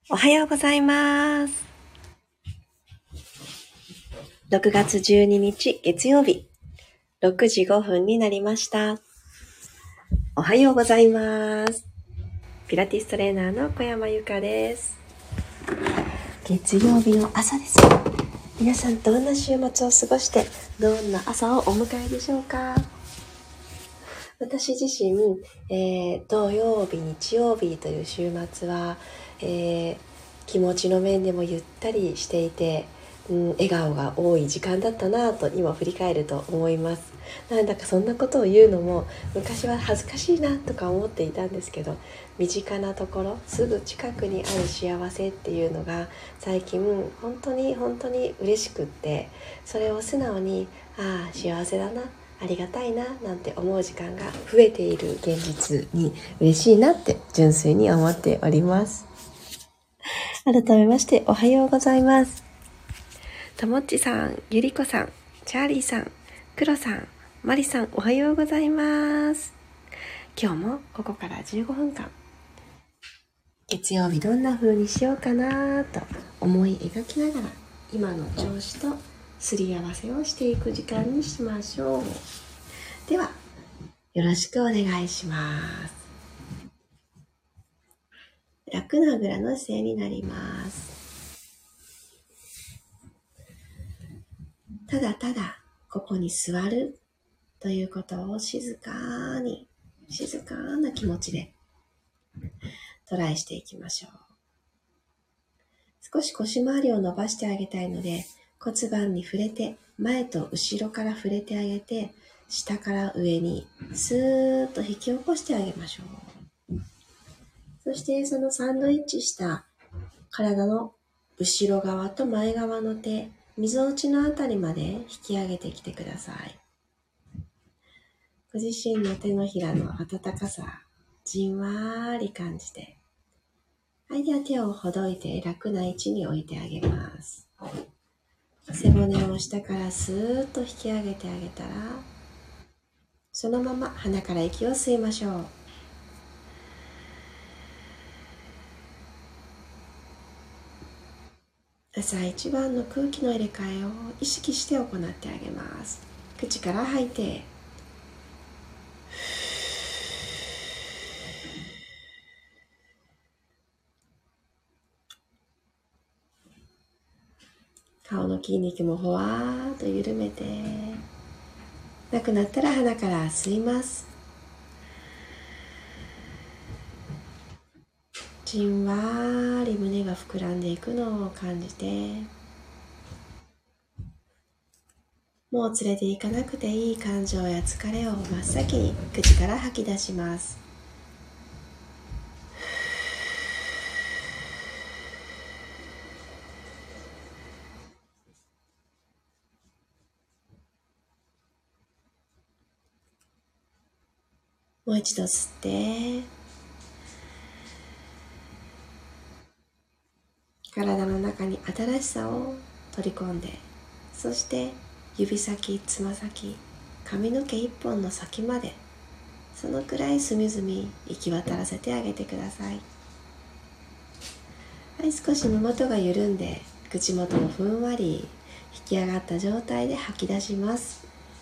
おはようございます。6月12日月曜日、6時5分になりました。おはようございます。ピラティストレーナーの小山由かです。月曜日の朝ですよ。皆さんどんな週末を過ごして、どんな朝をお迎えでしょうか。私自身、土曜日、日曜日という週末は、気持ちの面でもゆったりしていて、笑顔が多い時間だったなと今振り返ると思います。なんだかそんなことを言うのも昔は恥ずかしいなとか思っていたんですけど、身近なところすぐ近くにある幸せっていうのが最近本当に嬉しくって、それを素直に幸せだな、ありがたいななんて思う時間が増えている現実に嬉しいなって純粋に思っております。改めましておはようございます。ともっちさん、ゆりこさん、チャーリーさん、クロさん、マリさん、おはようございます。今日もここから15分間、月曜日どんな風にしようかなと思い描きながら、今の調子とすり合わせをしていく時間にしましょう。では、よろしくお願いします。楽なあぐらの姿勢になります。ただただここに座るということを静かな気持ちでトライしていきましょう。少し腰回りを伸ばしてあげたいので、骨盤に触れて、前と後ろから触れてあげて、下から上にスーッと引き起こしてあげましょう。そしてそのサンドイッチした体の後ろ側と前側の手、みぞおちのあたりまで引き上げてきてください。ご自身の手のひらの温かさ、じんわーり感じて、はい、では手をほどいて楽な位置に置いてあげます。背骨を下からスーッと引き上げてあげたら、そのまま鼻から息を吸いましょう。朝一番の空気の入れ替えを意識して行ってあげます。口から吐いて、顔の筋肉もほわーっと緩めて、なくなったら鼻から吸います。じんわーり胸が膨らんでいくのを感じて、もう連れて行かなくていい感情や疲れを真っ先に口から吐き出します。もう一度吸って、体の中に新しさを取り込んで、そして指先、つま先、髪の毛一本の先まで、そのくらい隅々行き渡らせてあげてください。はい、少し目元が緩んで、口元もふんわり引き上がった状態で吐き出します。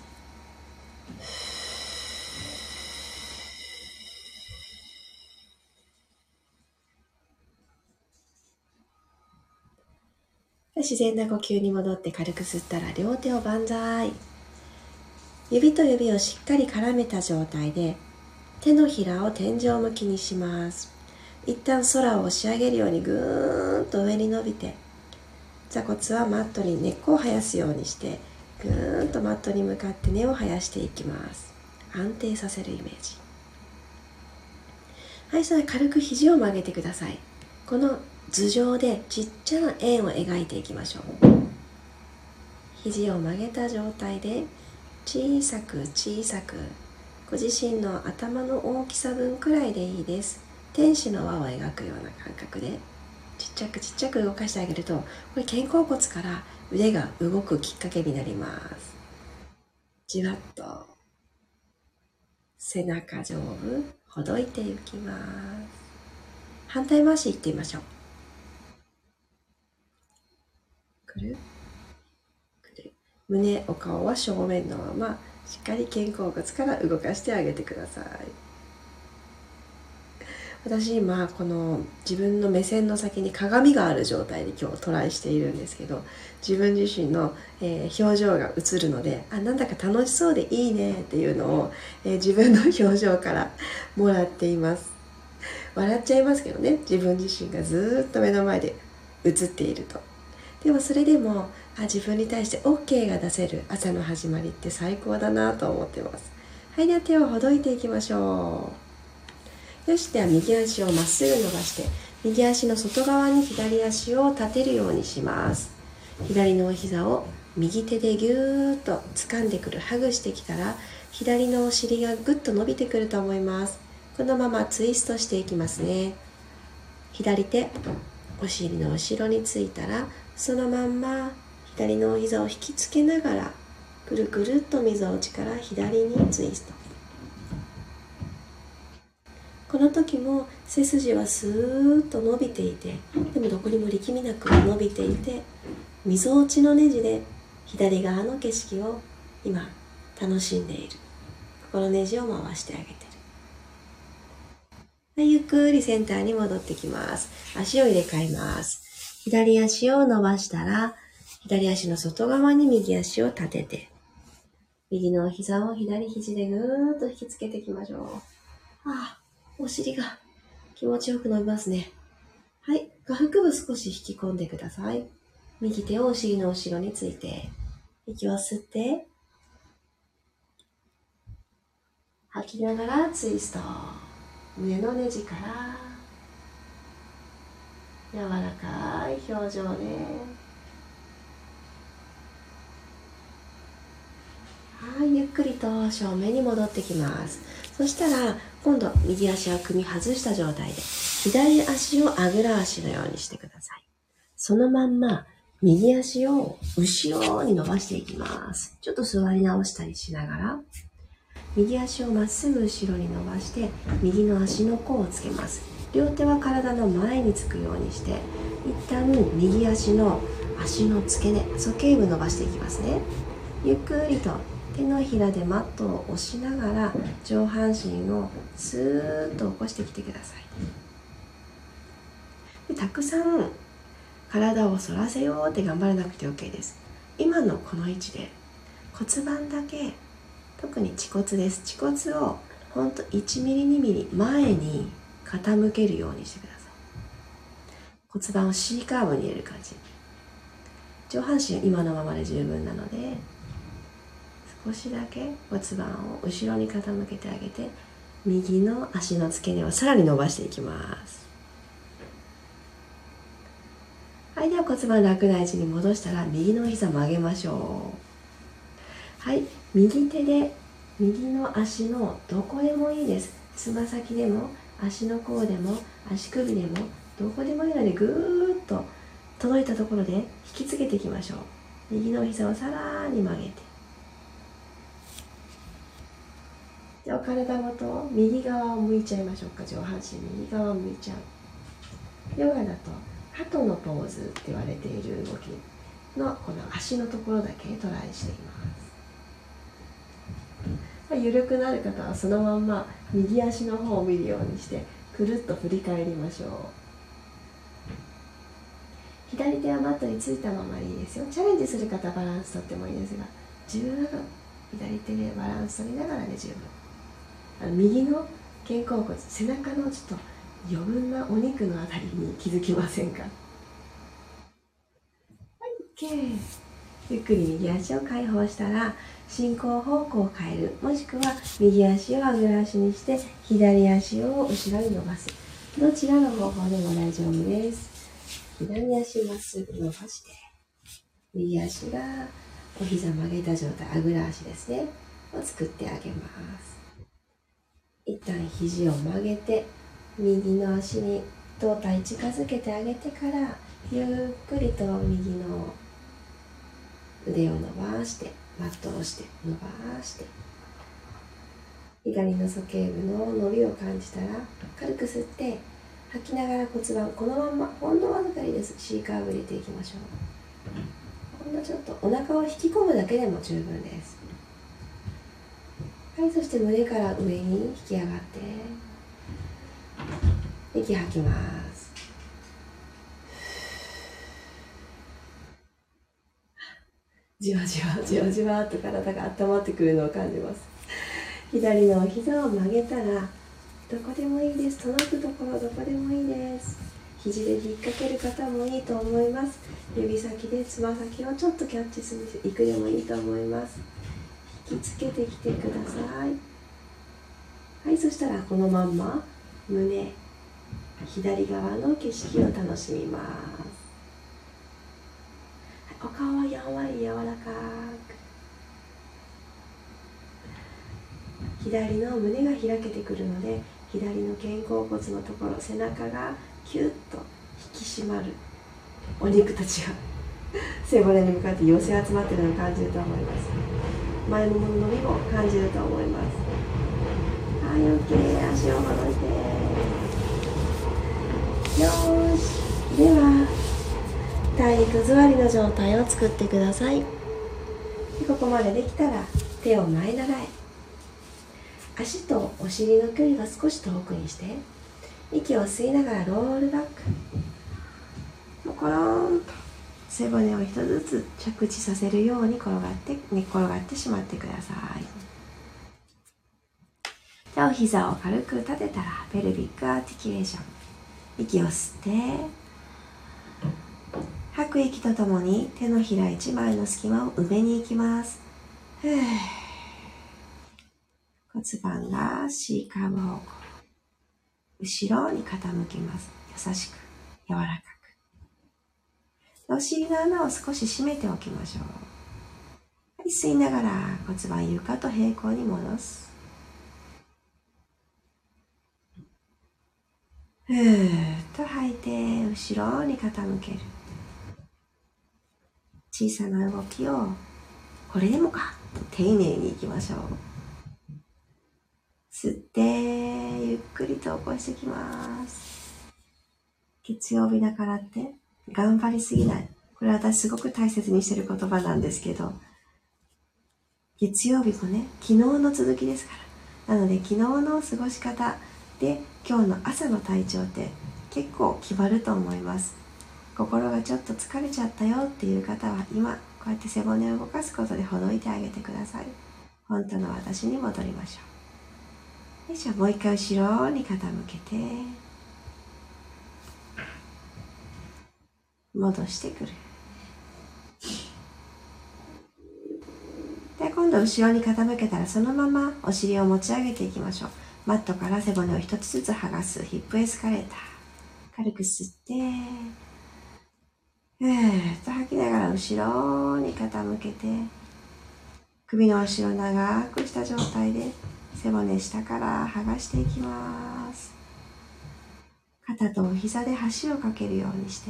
自然な呼吸に戻って軽く吸ったら両手を万歳。指と指をしっかり絡めた状態で手のひらを天井向きにします。一旦空を押し上げるようにぐーんと上に伸びて、座骨はマットに根っこを生やすようにしてぐーんとマットに向かって根を生やしていきます。安定させるイメージ。はい、それで軽く肘を曲げてください。この頭上でちっちゃな円を描いていきましょう。肘を曲げた状態で小さくご自身の頭の大きさ分くらいでいいです。天使の輪を描くような感覚でちっちゃく動かしてあげると、これ肩甲骨から腕が動くきっかけになります。じわっと背中上部ほどいていきます。反対回しいってみましょう。 くるくる。胸、お顔は正面のまま、しっかり肩甲骨から動かしてあげてください。私今この自分の目線の先に鏡がある状態で今日トライしているんですけど、自分自身の、表情が映るので、なんだか楽しそうでいいねっていうのを、自分の表情からもらっています。笑っちゃいますけどね、自分自身がずっと目の前で映っていると。でもそれでも自分に対して OK が出せる朝の始まりって最高だなと思ってます。はい、では手をほどいていきましょう。よし、では右足をまっすぐ伸ばして、右足の外側に左足を立てるようにします。左のお膝を右手でぎゅーっと掴んでくる、ハグしてきたら、左のお尻がぐっと伸びてくると思います。このままツイストしていきますね。左手、お尻の後ろについたら、そのまんま左のお膝を引きつけながら、くるくるっとみぞおちから左にツイスト。この時も背筋はスーッと伸びていて、でもどこにも力みなく伸びていて、みぞおちのネジで左側の景色を今楽しんでいる。このネジを回してあげてる。はい、ゆっくりセンターに戻ってきます。足を入れ替えます。左足を伸ばしたら、左足の外側に右足を立てて、右の膝を左肘でぐーっと引きつけていきましょう。お尻が気持ちよく伸びますね。はい、下腹部少し引き込んでください。右手をお尻の後ろについて、息を吸って、吐きながらツイスト。胸のネジから柔らかい表情で、はい、ゆっくりと正面に戻ってきます。そしたら今度右足を組み外した状態で、左足をあぐら足のようにしてください。そのまんま右足を後ろに伸ばしていきます。ちょっと座り直したりしながら、右足をまっすぐ後ろに伸ばして、右の足の甲をつけます。両手は体の前につくようにして、一旦右足の付け根、鼠径部伸ばしていきますね。ゆっくりと手のひらでマットを押しながら、上半身をスーッと起こしてきてください。で、たくさん体を反らせようって頑張らなくて OK です。今のこの位置で骨盤だけ、特に恥骨です。恥骨をほんと1ミリ2ミリ前に傾けるようにしてください。骨盤を C カーブに入れる感じ。上半身今のままで十分なので、少しだけ骨盤を後ろに傾けてあげて、右の足の付け根をさらに伸ばしていきます。はい、では骨盤楽な位置に戻したら、右の膝曲げましょう。はい、右手で右の足のどこでもいいです。つま先でも足の甲でも足首でもどこでもいいので、ぐーっと届いたところで引きつけていきましょう。右の膝をさらに曲げて、では体ごと右側を向いちゃいましょうか。上半身右側を向いちゃう。ヨガだと鳩のポーズって言われている動きのこの足のところだけトライしています。緩くなる方はそのまんま右足の方を見るようにしてくるっと振り返りましょう。左手はマットについたままでいいですよ。チャレンジする方はバランスとってもいいですが、十分左手でバランス取りながらで十分。右の肩甲骨、背中のちょっと余分なお肉のあたりに気づきませんか？はい、OK。ゆっくり右足を解放したら、進行方向を変える、もしくは右足をあぐら足にして左足を後ろに伸ばす、どちらの方法でも大丈夫です。左足まっすぐ伸ばして、右足がお膝曲げた状態、あぐら足ですねを作ってあげます。一旦肘を曲げて、右の足に胴体近づけてあげてから、ゆっくりと右の腕を伸ばして、マットを押して伸ばして、左の鼠径部の伸びを感じたら軽く吸って吐きながら骨盤このまんま、ほんのわずかにです。 C カーブ入れていきましょ今度ちょっとお腹を引き込むだけでも十分です。はい、そして胸から上に引き上がって息吐きます。じわじわじわじわと体が温まってくるのを感じます。左の膝を曲げたらどこでもいいです。届くところどこでもいいです。肘で引っ掛ける方もいいと思います。指先でつま先をちょっとキャッチするいくでもいいと思います。引きつけてきてください。はい、そしたらこのまんま胸、左側の景色を楽しみます。お顔はやんわり柔らかく。左の胸が開けてくるので、左の肩甲骨のところ、背中がキュッと引き締まる。お肉たちが背骨に向かって寄せ集まっているのを感じると思います。前ももの伸びも感じると思います。はい、OK。足をほどいて。よーし。では、体育座りの状態を作ってください。でここまでできたら、手を前習え。足とお尻の距離は少し遠くにして、息を吸いながらロールバック。もうコローンと背骨を一つずつ着地させるように寝っ転がってしまってください。手を膝を軽く立てたらペルビックアーティキュレーション。息を吸って吐く息とともに手のひら一枚の隙間を埋めに行きます。骨盤が C カーブ方向、後ろに傾きます。優しく柔らかく。お尻の穴を少し締めておきましょう。はい、吸いながら骨盤床と平行に戻す。ふーっと吐いて後ろに傾ける。小さな動きをこれでもかと丁寧にいきましょう。吸ってゆっくりと起こしてきます。月曜日だからって頑張りすぎない。これは私すごく大切にしてる言葉なんですけど、月曜日もね、昨日の続きですから。なので昨日の過ごし方で今日の朝の体調って結構決まると思います。心がちょっと疲れちゃったよっていう方は今こうやって背骨を動かすことでほどいてあげてください。本当の私に戻りましょう。じゃあもう一回後ろに傾けて戻してくる。で今度後ろに傾けたらそのままお尻を持ち上げていきましょう。マットから背骨を一つずつ剥がすヒップエスカレーター。軽く吸って吐きながら後ろに傾けて首の後ろ長くした状態で背骨下から剥がしていきます。肩とお膝で橋をかけるようにして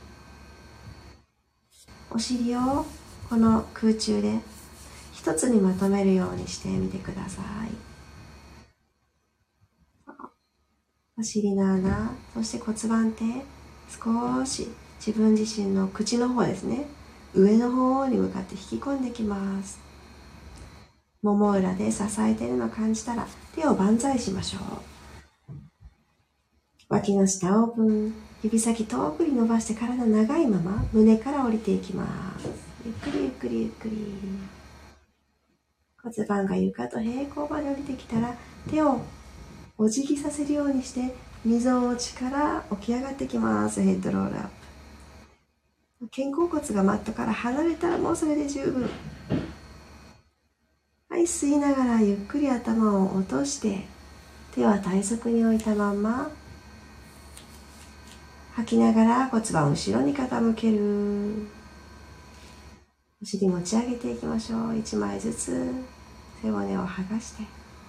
お尻をこの空中で一つにまとめるようにしてみてください。お尻の穴、そして骨盤底、少し自分自身の口の方ですね、上の方に向かって引き込んできます。もも裏で支えているのを感じたら手を万歳しましょう。脇の下オープン、指先遠くに伸ばして体長いまま胸から降りていきます。ゆっくりゆっくりゆっくり。骨盤が床と平行まで降りてきたら手をお辞儀させるようにしてみぞおちから起き上がってきます。ヘッドロールアップ。肩甲骨がマットから離れたらもうそれで十分。はい、吸いながらゆっくり頭を落として手は体側に置いたまま吐きながら骨盤を後ろに傾ける。お尻持ち上げていきましょう。1枚ずつ背骨を剥がして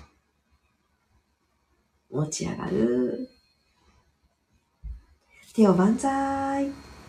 持ち上がる。手を万歳。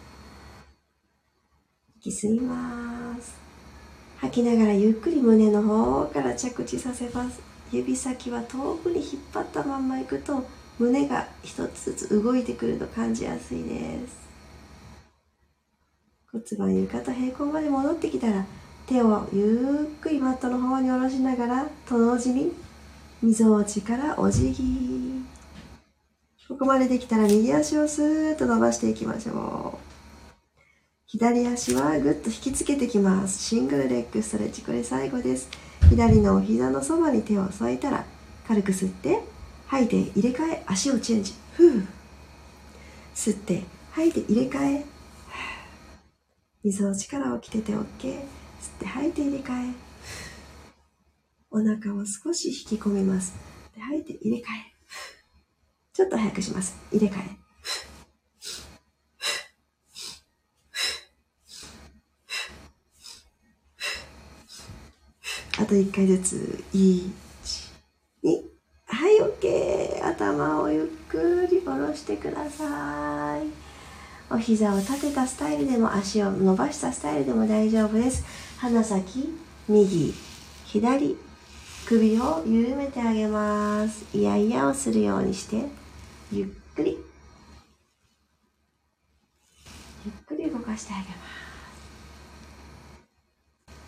息吸います。吐きながらゆっくり胸の方から着地させます。指先は遠くに引っ張ったまんまいくと胸が一つずつ動いてくると感じやすいです。 骨盤床と平行まで戻ってきたら、手をゆっくりマットの方に下ろしながら、と同時にみぞおちからお辞儀。ここまでできたら右足をスーッと伸ばしていきましょう。左足はぐっと引きつけてきます。シングルレッグストレッチ、これ最後です。左のお膝のそばに手を添えたら、軽く吸って、吐いて入れ替え、足をチェンジ。吸って、吐いて入れ替え。みぞおちから起きてて OK。吸って吐いて入れ替え。お腹を少し引き込みます。で吐いて入れ替え。ちょっと早くします。入れ替え。あと1回ずつ。1、2。はい、OK。頭をゆっくり下ろしてください。お膝を立てたスタイルでも足を伸ばしたスタイルでも大丈夫です。鼻先、右、左、首を緩めてあげます。イヤイヤをするようにして、ゆっくり動かしてあげます。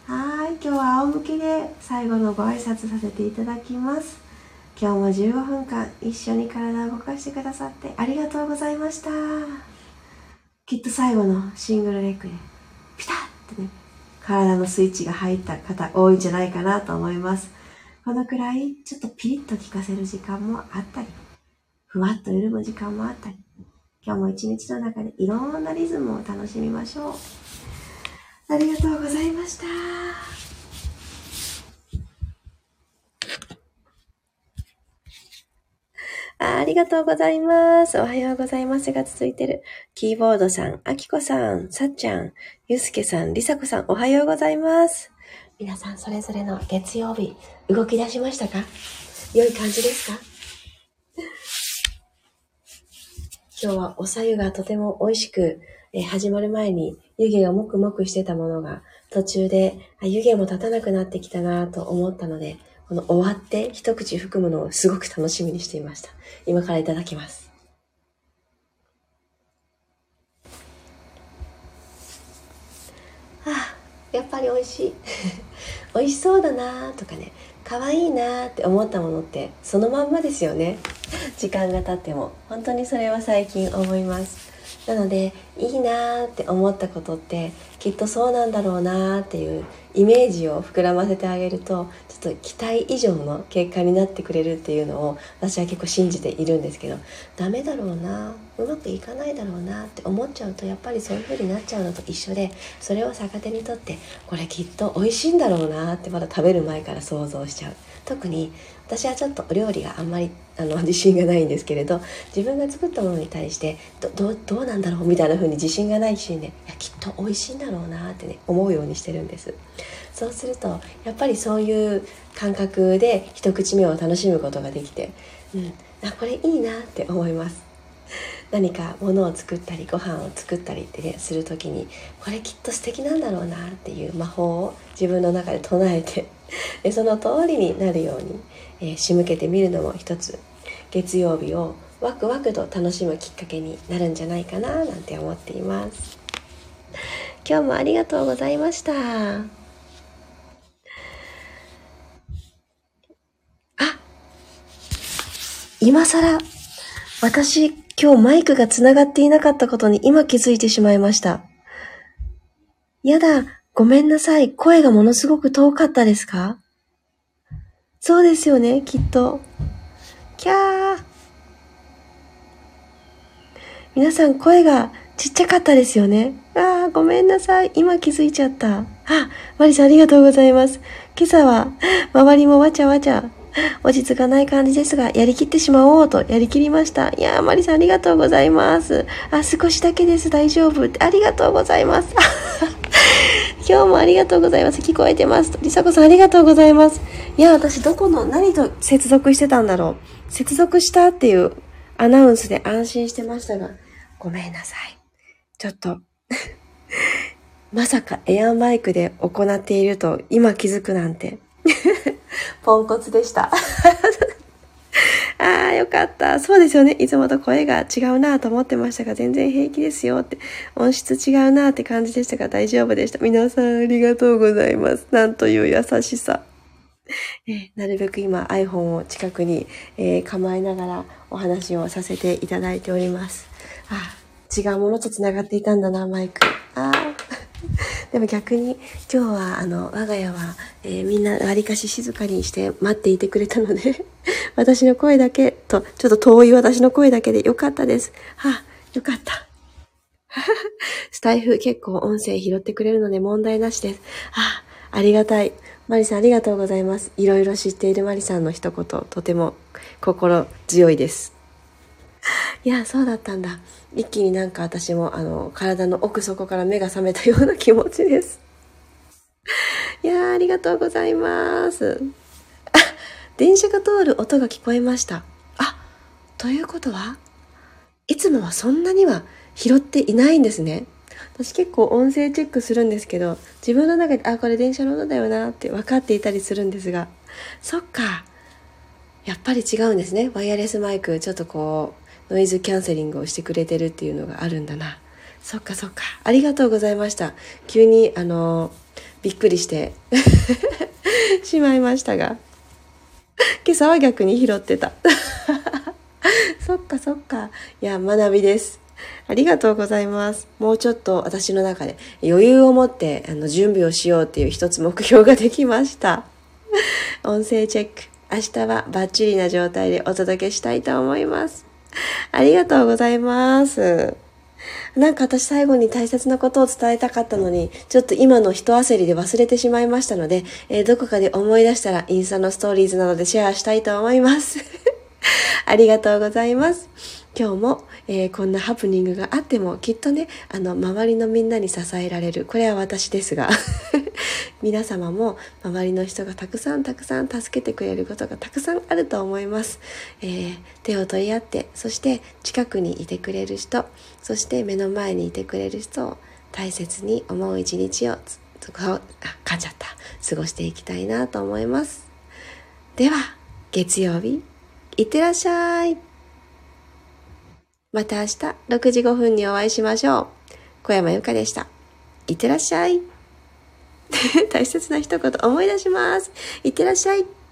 はい、今日は仰向けで最後のご挨拶させていただきます。今日も15分間一緒に体を動かしてくださってありがとうございました。きっと最後のシングルレッグでピタッとね、体のスイッチが入った方多いんじゃないかなと思います。このくらいちょっとピリッと効かせる時間もあったり、ふわっと緩む時間もあったり、今日も一日の中でいろんなリズムを楽しみましょう。ありがとうございました。ありがとうございます。おはようございますが続いてる。キーボードさん、あきこさん、さっちゃん、ゆうすけさん、りさこさん、おはようございます。皆さんそれぞれの月曜日、動き出しましたか？良い感じですか？今日はおさゆがとても美味しく、始まる前に湯気がもくもくしてたものが途中で湯気も立たなくなってきたなと思ったので、この終わって一口含むのをすごく楽しみにしていました。今からいただきます。やっぱり美味しい美味しそうだなとかね、可愛いなって思ったものってそのまんまですよね。時間が経っても本当にそれは最近思います。なのでいいなーって思ったことってきっとそうなんだろうなーっていうイメージを膨らませてあげると、ちょっと期待以上の結果になってくれるっていうのを私は結構信じているんですけど、ダメだろうな、うまくいかないだろうなって思っちゃうと、やっぱりそういう風になっちゃうのと一緒で、それを逆手にとってこれきっと美味しいんだろうなってまだ食べる前から想像しちゃう。特に私はちょっとお料理があんまり自信がないんですけれど、自分が作ったものに対してどうなんだろうみたいな風に自信がないシーンで、いやきっと美味しいんだろうなってね思うようにしてるんです。そうするとやっぱりそういう感覚で一口目を楽しむことができて、これいいなって思います。何か物を作ったりご飯を作ったりってねするときに、これきっと素敵なんだろうなっていう魔法を自分の中で唱えてでその通りになるように、仕向けてみるのも一つ月曜日をワクワクと楽しむきっかけになるんじゃないかななんて思っています。今日もありがとうございました。今更私今日マイクがつながっていなかったことに今気づいてしまいました。やだ、ごめんなさい。声がものすごく遠かったですか？そうですよね、きっと。キャー。皆さん声がちっちゃかったですよね。ごめんなさい。今気づいちゃった。マリさんありがとうございます。今朝は周りもわちゃわちゃ落ち着かない感じですが、やりきってしまおうとやりきりました。マリさんありがとうございます。少しだけです。大丈夫。ありがとうございます。今日もありがとうございます。聞こえてます。りさこさんありがとうございます。私何と接続してたんだろう。接続したっていうアナウンスで安心してましたが、ごめんなさい。ちょっとまさかエアマイクで行っていると今気づくなんてポンコツでした。 ああ、よかった。そうですよね。いつもと声が違うなと思ってましたが、全然平気ですよって。音質違うなって感じでしたが、大丈夫でした。皆さんありがとうございます。なんという優しさ。なるべく今 iPhone を近くに、構えながらお話をさせていただいております。違うものとつながっていたんだな、マイク。でも逆に今日は我が家は、みんなわりかし静かにして待っていてくれたので私の声だけとちょっと遠い私の声だけでよかったです。よかったスタイフ結構音声拾ってくれるので問題なしです。ありがたい。マリさんありがとうございます。いろいろ知っているマリさんの一言、とても心強いです。いや、そうだったんだ。一気になんか私も体の奥底から目が覚めたような気持ちです。いやー、ありがとうございます。電車が通る音が聞こえました。ということはいつもはそんなには拾っていないんですね。私結構音声チェックするんですけど、自分の中でこれ電車の音だよなって分かっていたりするんですが、そっか、やっぱり違うんですね。ワイヤレスマイクちょっとこうノイズキャンセリングをしてくれてるっていうのがあるんだな。そっかそっか、ありがとうございました。急にびっくりしてしまいましたが、今朝は逆に拾ってたそっかそっか。いや、学びです。ありがとうございます。もうちょっと私の中で余裕を持って準備をしようっていう一つ目標ができました。音声チェック。明日はバッチリな状態でお届けしたいと思います。ありがとうございます。なんか私最後に大切なことを伝えたかったのに、ちょっと今の一焦りで忘れてしまいましたので、どこかで思い出したらインスタのストーリーズなどでシェアしたいと思います。ありがとうございます。今日も、こんなハプニングがあってもきっとね、周りのみんなに支えられる、これは私ですが皆様も周りの人がたくさん助けてくれることがたくさんあると思います。手を取り合って、そして近くにいてくれる人、そして目の前にいてくれる人を大切に思う一日を過ごしていきたいなと思います。では月曜日いってらっしゃい。また明日6時5分にお会いしましょう。小山由佳でした。いってらっしゃい。大切な一言思い出します。いってらっしゃい。